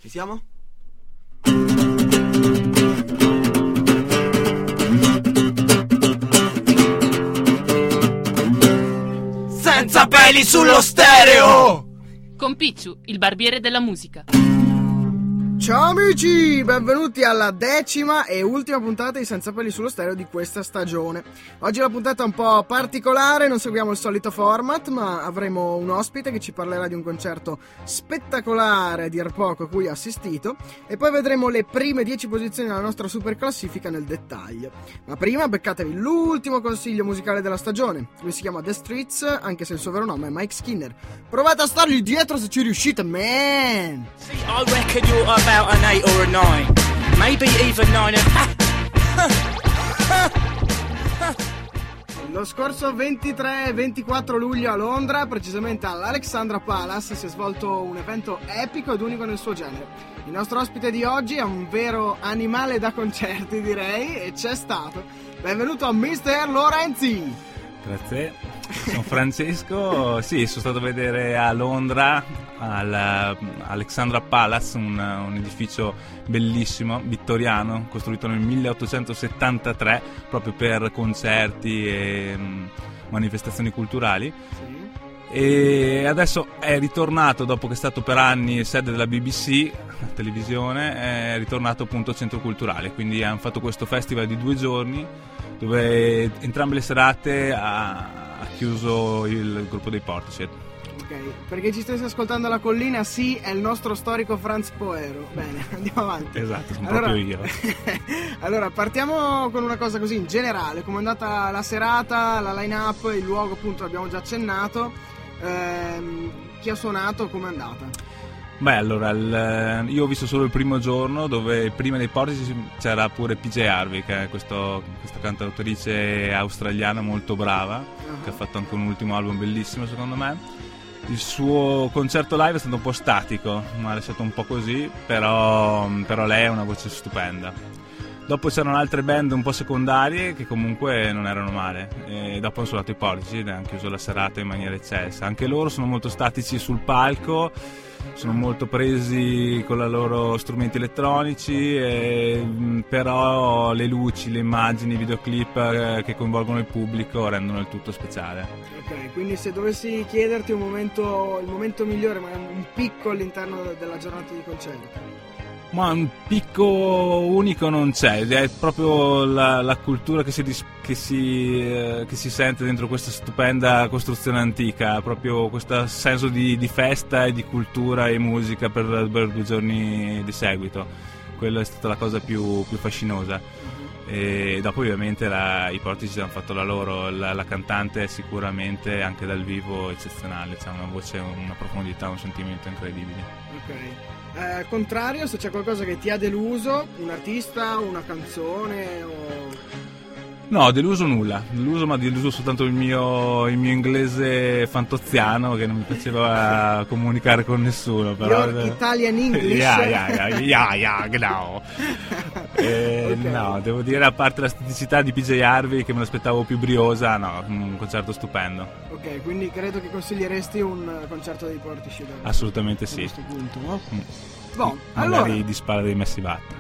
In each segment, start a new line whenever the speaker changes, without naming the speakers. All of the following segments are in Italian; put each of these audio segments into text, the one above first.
Ci siamo? Senza peli sullo stereo!
Con Picciu, il barbiere della musica.
Ciao amici, benvenuti alla 10ª e ultima puntata di Senza peli sullo stereo di questa stagione. Oggi la puntata è un po' particolare, non seguiamo il solito format, ma avremo un ospite che ci parlerà di un concerto spettacolare, a dir poco, a cui ha assistito, e poi vedremo le prime 10 posizioni della nostra super classifica nel dettaglio. Ma prima beccatevi l'ultimo consiglio musicale della stagione. Lui si chiama The Streets, anche se il suo vero nome è Mike Skinner. Provate a stargli dietro se ci riuscite, man!
See, I reckon you're about an 8 or a 9, maybe even 9
Lo scorso 23 e 24 luglio a Londra, precisamente all'Alexandra Palace, si è svolto un evento epico ed unico nel suo genere. Il nostro ospite di oggi è un vero animale da concerti, direi, e c'è stato. Benvenuto a Mr. Lorenzi!
Grazie, sono Francesco. Sì, sono stato a vedere a Londra all'Alexandra Palace, un edificio bellissimo, vittoriano, costruito nel 1873 proprio per concerti e manifestazioni culturali. E adesso è ritornato, dopo che è stato per anni sede della BBC, la televisione, è ritornato appunto centro culturale, quindi hanno fatto questo festival di 2 giorni dove entrambe le serate ha chiuso il gruppo dei Portishead.
Ok, perché ci stesse ascoltando alla collina, sì, è il nostro storico Franz Poero. Bene, andiamo avanti.
Esatto, sono proprio io.
Allora, partiamo con una cosa così in generale. Come è andata la serata, la line-up, il luogo appunto l'abbiamo già accennato. Chi ha suonato, come è andata?
Beh, allora, io ho visto solo il primo giorno, dove prima dei Portishead c'era pure PJ Harvey, che è questa cantautrice australiana molto brava, che ha fatto anche un ultimo album bellissimo secondo me. Il suo concerto live è stato un po' statico, mi ha lasciato un po' così, però lei ha una voce stupenda. Dopo c'erano altre band un po' secondarie che comunque non erano male, e dopo hanno suonato i Portishead e hanno chiuso la serata in maniera eccelsa. Anche loro sono molto statici sul palco, sono molto presi con i loro strumenti elettronici, però le luci, le immagini, i videoclip che coinvolgono il pubblico rendono il tutto speciale.
Ok, quindi se dovessi chiederti il momento migliore, ma un picco all'interno della giornata di concerto.
Ma un picco unico non c'è, è proprio la cultura che si sente dentro questa stupenda costruzione antica, proprio questo senso di festa e di cultura e musica per 2 giorni di seguito. Quella è stata la cosa più fascinosa. E dopo ovviamente i Portishead hanno fatto la loro, la cantante è sicuramente anche dal vivo eccezionale, c'ha una voce, una profondità, un sentimento incredibili.
Ok. Contrario, se c'è qualcosa che ti ha deluso, un artista, una canzone o...
No, deluso nulla, mi ha deluso soltanto il mio inglese fantoziano, che non mi piaceva comunicare con nessuno. Però...
Your Italian English?
Yeah, no. Okay. No, devo dire, a parte la staticità di PJ Harvey che me l'aspettavo più briosa, no, un concerto stupendo.
Ok, quindi credo che consiglieresti un concerto dei Portishead.
Assolutamente sì.
A questo punto, no?
Magari
allora...
di Spalla dei Messi Vatta.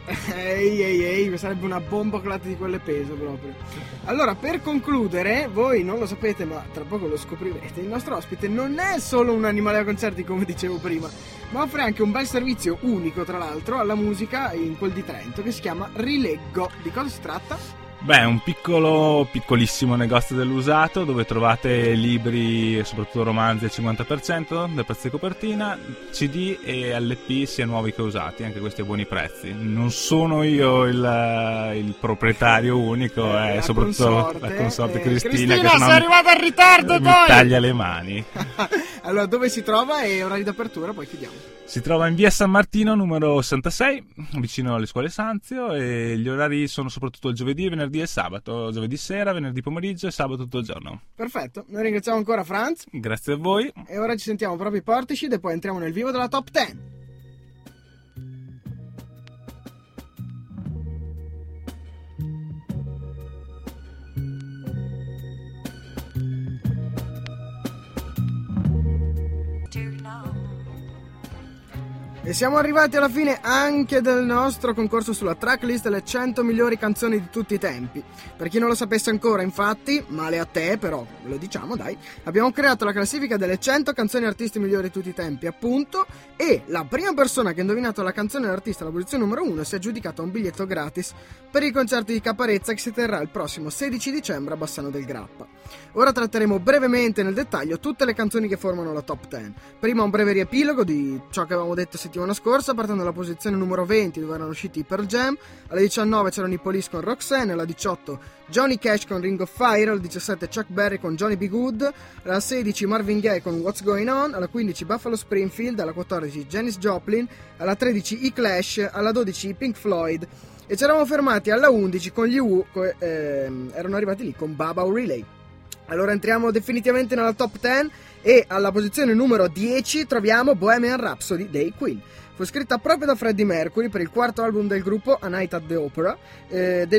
Ehi, sarebbe una bomba colata di quelle peso proprio. Allora, per concludere, voi non lo sapete ma tra poco lo scoprirete, il nostro ospite non è solo un animale da concerti come dicevo prima, ma offre anche un bel servizio unico tra l'altro alla musica in quel di Trento che si chiama Rileggo. Di cosa si tratta?
Beh, è un piccolissimo negozio dell'usato dove trovate libri e soprattutto romanzi al 50% del prezzo di copertina, CD e LP sia nuovi che usati, anche questi a buoni prezzi. Non sono io il proprietario unico, è soprattutto la consorte Cristina che
sei arrivata in ritardo
mi taglia le mani.
Allora, dove si trova e orari d'apertura, poi chiudiamo.
Si trova in via San Martino numero 66, vicino alle scuole Sanzio, e gli orari sono soprattutto il giovedì, venerdì e sabato, giovedì sera, venerdì pomeriggio e sabato tutto il giorno.
Perfetto, noi ringraziamo ancora Franz.
Grazie a voi.
E ora ci sentiamo proprio i Portishead e poi entriamo nel vivo della Top 10. E siamo arrivati alla fine anche del nostro concorso sulla tracklist delle 100 migliori canzoni di tutti i tempi. Per chi non lo sapesse ancora, infatti, male a te, però ve lo diciamo, dai, abbiamo creato la classifica delle 100 canzoni e artisti migliori di tutti i tempi, appunto, e la prima persona che ha indovinato la canzone e l'artista alla posizione numero 1 si è aggiudicato un biglietto gratis per il concerto di Caparezza che si terrà il prossimo 16 dicembre a Bassano del Grappa. Ora tratteremo brevemente nel dettaglio tutte le canzoni che formano la top 10. Prima un breve riepilogo di ciò che avevamo detto settimana scorsa, partendo dalla posizione numero 20 dove erano usciti i Pearl Jam, alla 19 c'erano i Police con Roxanne, alla 18 Johnny Cash con Ring of Fire, alla 17 Chuck Berry con Johnny B. Good, alla 16 Marvin Gaye con What's Going On, alla 15 Buffalo Springfield, alla 14 Janis Joplin, alla 13 i Clash, alla 12 i Pink Floyd e ci eravamo fermati alla 11 con gli Who, erano arrivati lì con Baba O'Reilly. Allora entriamo definitivamente nella top 10 e alla posizione numero 10 troviamo Bohemian Rhapsody dei Queen. Fu scritta proprio da Freddie Mercury per il quarto album del gruppo, A Night at the Opera, del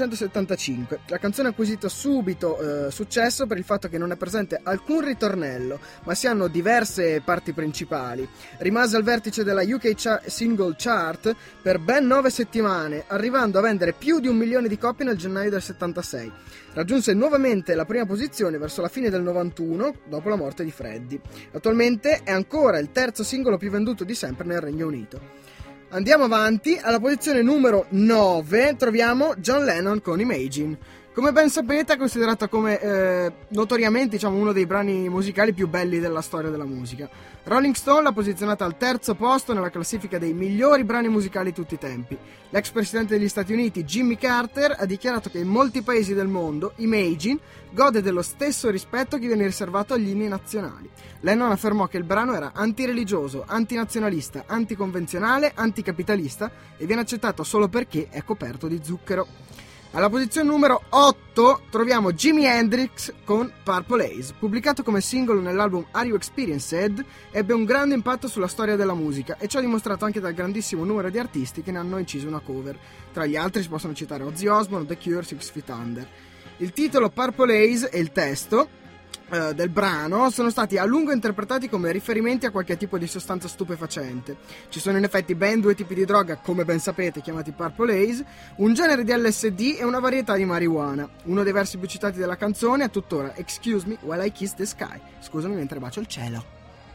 1975. La canzone ha acquisito subito successo per il fatto che non è presente alcun ritornello, ma si hanno diverse parti principali. Rimase al vertice della UK Single Chart per ben 9 settimane, arrivando a vendere più di 1 milione di copie nel gennaio del 76. Raggiunse nuovamente la prima posizione verso la fine del 91, dopo la morte di Freddie. Attualmente è ancora il terzo singolo più venduto di sempre nel Regno Unito. Andiamo avanti, alla posizione numero 9 troviamo John Lennon con Imagine. Come ben sapete è considerato come notoriamente uno dei brani musicali più belli della storia della musica. Rolling Stone l'ha posizionata al terzo posto nella classifica dei migliori brani musicali di tutti i tempi. L'ex presidente degli Stati Uniti Jimmy Carter ha dichiarato che in molti paesi del mondo Imagine gode dello stesso rispetto che viene riservato agli inni nazionali. Lennon affermò che il brano era antireligioso, antinazionalista, anticonvenzionale, anticapitalista e viene accettato solo perché è coperto di zucchero. Alla posizione numero 8 troviamo Jimi Hendrix con Purple Haze. Pubblicato come singolo nell'album Are You Experienced, ebbe un grande impatto sulla storia della musica e ciò è dimostrato anche dal grandissimo numero di artisti che ne hanno inciso una cover. Tra gli altri si possono citare Ozzy Osbourne, The Cure, Six Feet Under. Il titolo Purple Haze e il testo del brano sono stati a lungo interpretati come riferimenti a qualche tipo di sostanza stupefacente. Ci sono in effetti ben 2 tipi di droga, come ben sapete, chiamati Purple Haze, un genere di LSD e una varietà di marijuana. Uno dei versi più citati della canzone è tuttora Excuse me while I kiss the sky. Scusami mentre bacio il cielo.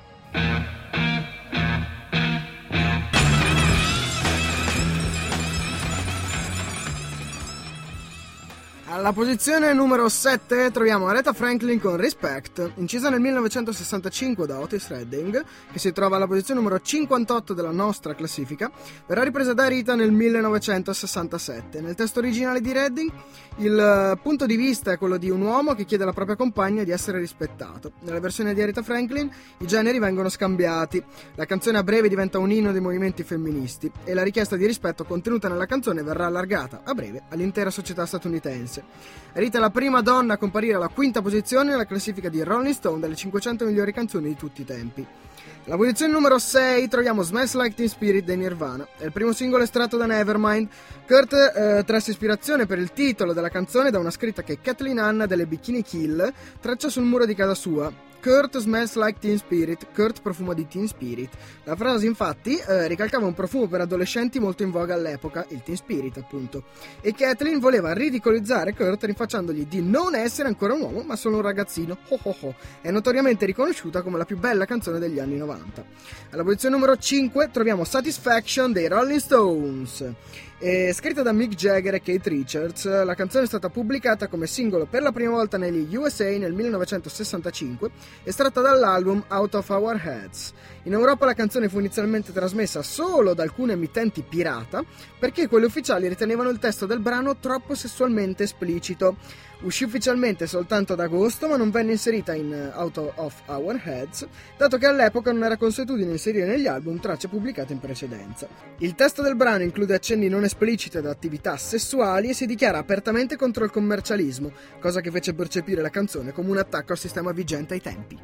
Alla posizione numero 7 troviamo Aretha Franklin con Respect, incisa nel 1965 da Otis Redding, che si trova alla posizione numero 58 della nostra classifica, verrà ripresa da Rita nel 1967. Nel testo originale di Redding il punto di vista è quello di un uomo che chiede alla propria compagna di essere rispettato. Nella versione di Aretha Franklin i generi vengono scambiati, la canzone a breve diventa un inno dei movimenti femministi e la richiesta di rispetto contenuta nella canzone verrà allargata a breve all'intera società statunitense. Rita è la prima donna a comparire alla quinta posizione nella classifica di Rolling Stone delle 500 migliori canzoni di tutti i tempi. Alla posizione numero 6 troviamo Smells Like Teen Spirit dei Nirvana. È il primo singolo estratto da Nevermind. Kurt trasse ispirazione per il titolo della canzone da una scritta che Kathleen Hanna delle Bikini Kill traccia sul muro di casa sua. Kurt smells like Teen Spirit. Kurt profuma di Teen Spirit. La frase infatti ricalcava un profumo per adolescenti molto in voga all'epoca, il Teen Spirit appunto. E Kathleen voleva ridicolizzare Kurt rinfacciandogli di non essere ancora un uomo ma solo un ragazzino. Ho ho ho. È notoriamente riconosciuta come la più bella canzone degli anni 90. Alla posizione numero 5 troviamo Satisfaction dei Rolling Stones. Scritta da Mick Jagger e Keith Richards, la canzone è stata pubblicata come singolo per la prima volta negli USA nel 1965, estratta dall'album Out of Our Heads. In Europa la canzone fu inizialmente trasmessa solo da alcune emittenti pirata perché quelle ufficiali ritenevano il testo del brano troppo sessualmente esplicito. Uscì ufficialmente soltanto ad agosto, ma non venne inserita in Out of Our Heads, dato che all'epoca non era consuetudine inserire negli album tracce pubblicate in precedenza. Il testo del brano include accenni non espliciti ad attività sessuali e si dichiara apertamente contro il commercialismo, cosa che fece percepire la canzone come un attacco al sistema vigente ai tempi.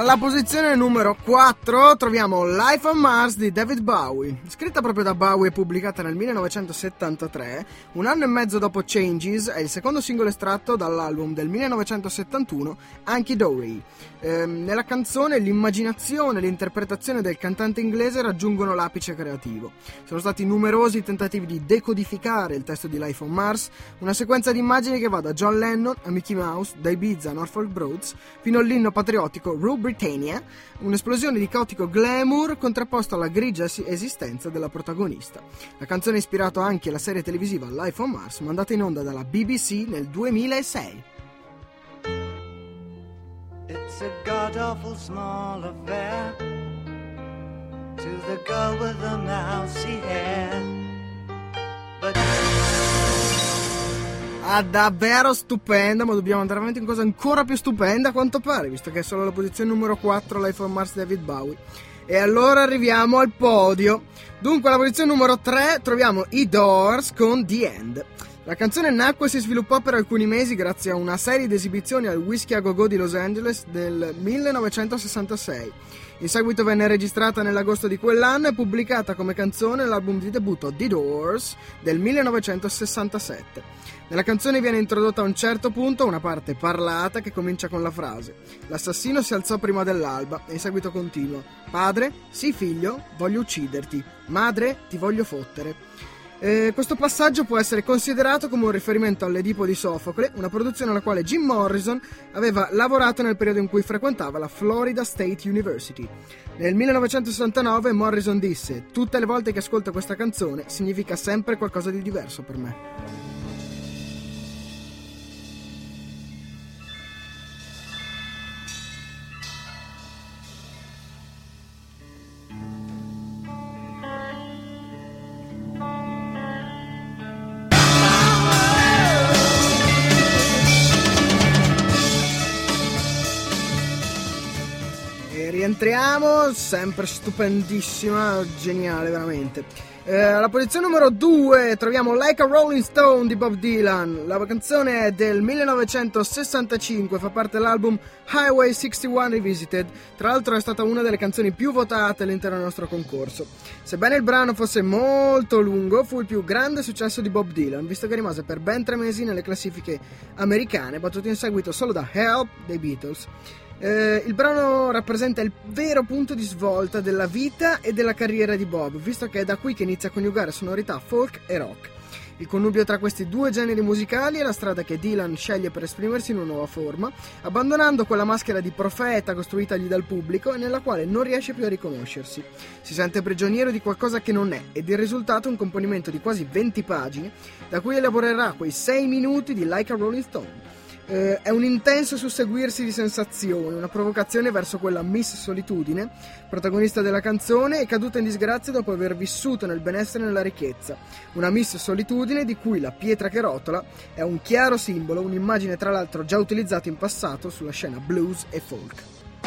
Alla posizione numero 4 troviamo Life on Mars di David Bowie. Scritta proprio da Bowie e pubblicata nel 1973, un anno e mezzo dopo Changes, è il secondo singolo estratto dall'album del 1971 Hunky Dory. Nella canzone l'immaginazione e l'interpretazione del cantante inglese raggiungono l'apice creativo. Sono stati numerosi tentativi di decodificare il testo di Life on Mars, una sequenza di immagini che va da John Lennon a Mickey Mouse, da Ibiza a Norfolk Broads, fino all'inno patriottico Rule Britannia, un'esplosione di caotico glamour contrapposto alla grigia esistenza della protagonista. La canzone ha ispirato anche la serie televisiva Life on Mars, mandata in onda dalla BBC nel 2006.
It's a god-awful small affair to the girl with the mousy hair. But...
davvero stupenda, ma dobbiamo andare avanti con cosa ancora più stupenda a quanto pare, visto che è solo la posizione numero 4 Life on Mars di David Bowie. E allora arriviamo al podio. Dunque alla posizione numero 3 troviamo i Doors con The End. La canzone nacque e si sviluppò per alcuni mesi grazie a una serie di esibizioni al Whisky a Go-Go di Los Angeles del 1966. In seguito venne registrata nell'agosto di quell'anno e pubblicata come canzone nell'album di debutto The Doors del 1967. Nella canzone viene introdotta a un certo punto una parte parlata che comincia con la frase: l'assassino si alzò prima dell'alba e in seguito continua: padre, sì figlio, voglio ucciderti, madre, ti voglio fottere. Questo passaggio può essere considerato come un riferimento all'Edipo di Sofocle, una produzione alla quale Jim Morrison aveva lavorato nel periodo in cui frequentava la Florida State University. Nel 1969 Morrison disse: tutte le volte che ascolto questa canzone significa sempre qualcosa di diverso per me. Rientriamo, sempre stupendissima, geniale veramente. Alla posizione numero 2 troviamo Like a Rolling Stone di Bob Dylan. La canzone è del 1965, fa parte dell'album Highway 61 Revisited. Tra l'altro è stata una delle canzoni più votate all'interno del nostro concorso. Sebbene il brano fosse molto lungo, fu il più grande successo di Bob Dylan, visto che rimase per ben 3 mesi nelle classifiche americane, battuto in seguito solo da Help dei Beatles. Il brano rappresenta il vero punto di svolta della vita e della carriera di Bob, visto che è da qui che inizia a coniugare sonorità folk e rock. Il connubio tra questi due generi musicali è la strada che Dylan sceglie per esprimersi in una nuova forma, abbandonando quella maschera di profeta costruitagli dal pubblico e nella quale non riesce più a riconoscersi. Si sente prigioniero di qualcosa che non è, ed il risultato è un componimento di quasi 20 pagine, da cui elaborerà quei 6 minuti di Like a Rolling Stone. È un intenso susseguirsi di sensazioni, una provocazione verso quella Miss Solitudine, protagonista della canzone e caduta in disgrazia dopo aver vissuto nel benessere e nella ricchezza. Una Miss Solitudine di cui la pietra che rotola è un chiaro simbolo, un'immagine tra l'altro già utilizzata in passato sulla scena blues e folk.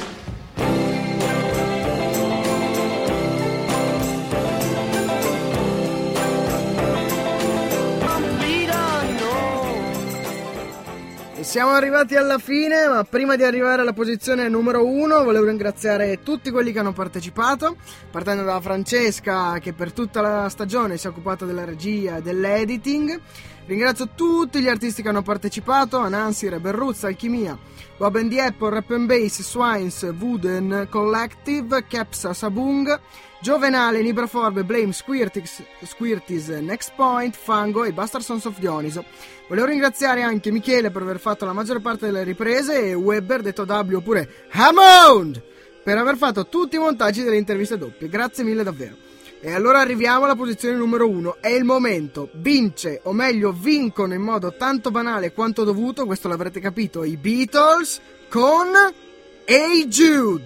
Siamo arrivati alla fine, ma prima di arrivare alla posizione numero 1 volevo ringraziare tutti quelli che hanno partecipato, partendo da Francesca che per tutta la stagione si è occupata della regia e dell'editing. Ringrazio tutti gli artisti che hanno partecipato: Anansi, Reberruzza, Alchimia, Bob and the Apple, Rap and Bass, Swines, Wooden Collective, Kepsa, Sabung, Giovenale, Nibraforbe, Blame, Squirtis, Next Point, Fango e Bastard Sons of Dioniso. Volevo ringraziare anche Michele per aver fatto la maggior parte delle riprese e Weber, detto W, oppure Hammond, per aver fatto tutti i montaggi delle interviste doppie. Grazie mille davvero. E allora arriviamo alla posizione numero 1. È il momento. Vince, o meglio vincono in modo tanto banale quanto dovuto, questo l'avrete capito, i Beatles con Hey Jude.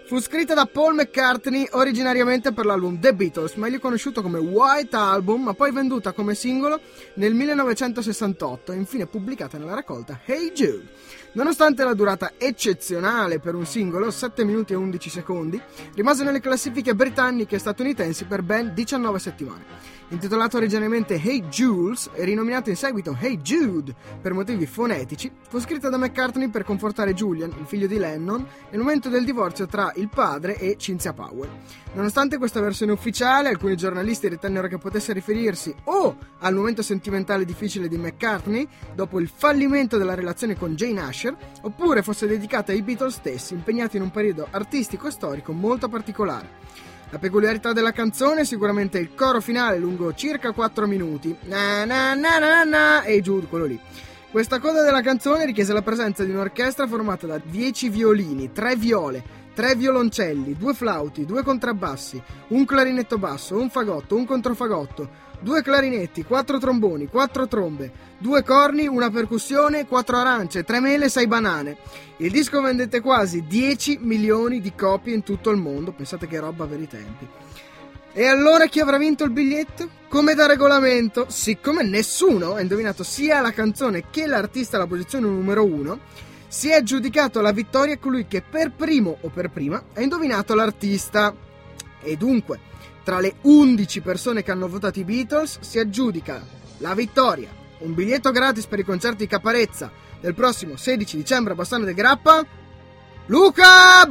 fu scritta da Paul McCartney originariamente per l'album The Beatles, meglio conosciuto come White Album, ma poi venduta come singolo nel 1968 e infine pubblicata nella raccolta Hey Jude. Nonostante la durata eccezionale per un singolo, 7 minuti e 11 secondi, rimase nelle classifiche britanniche e statunitensi per ben 19 settimane. Intitolato originariamente Hey Jules e rinominato in seguito Hey Jude per motivi fonetici, fu scritta da McCartney per confortare Julian, il figlio di Lennon, nel momento del divorzio tra il padre e Cynthia Powell. Nonostante questa versione ufficiale, alcuni giornalisti ritennero che potesse riferirsi o al momento sentimentale difficile di McCartney dopo il fallimento della relazione con Jane Asher, oppure fosse dedicata ai Beatles stessi, impegnati in un periodo artistico e storico molto particolare. La peculiarità della canzone è sicuramente il coro finale lungo circa 4 minuti, na na na na na, e Jude, quello lì. Questa coda della canzone richiese la presenza di un'orchestra formata da 10 violini, 3 viole, 3 violoncelli, 2 flauti, 2 contrabbassi, un clarinetto basso, un fagotto, un controfagotto, 2 clarinetti, 4 tromboni, 4 trombe, 2 corni, una percussione, 4 arance, 3 mele, 6 banane. Il disco vendette quasi 10 milioni di copie in tutto il mondo, pensate che roba per i tempi. E allora chi avrà vinto il biglietto? Come da regolamento, siccome nessuno ha indovinato sia la canzone che l'artista alla posizione numero 1, si è aggiudicato la vittoria colui che per primo o per prima ha indovinato l'artista. E dunque, tra le 11 persone che hanno votato i Beatles si aggiudica la vittoria, un biglietto gratis per i concerti di Caparezza del prossimo 16 dicembre a Bassano del Grappa, Luca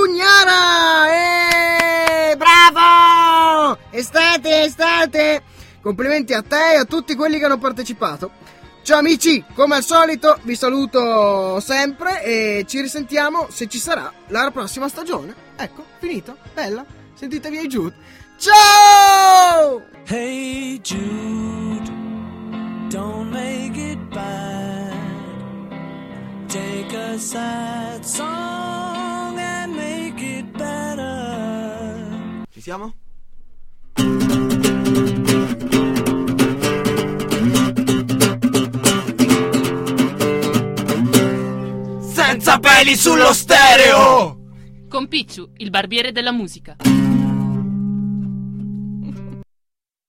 Brugnara! Bravo! Estate! Complimenti a te e a tutti quelli che hanno partecipato. Ciao amici, come al solito vi saluto sempre e ci risentiamo, se ci sarà, la prossima stagione. Ecco, finito, bella, sentitevi ai Jude. Ciao!
Hey Jude, don't make it bad. Take a sad song and make it better.
Ci siamo? Senza peli sullo stereo!
Con Picciu, il barbiere della musica.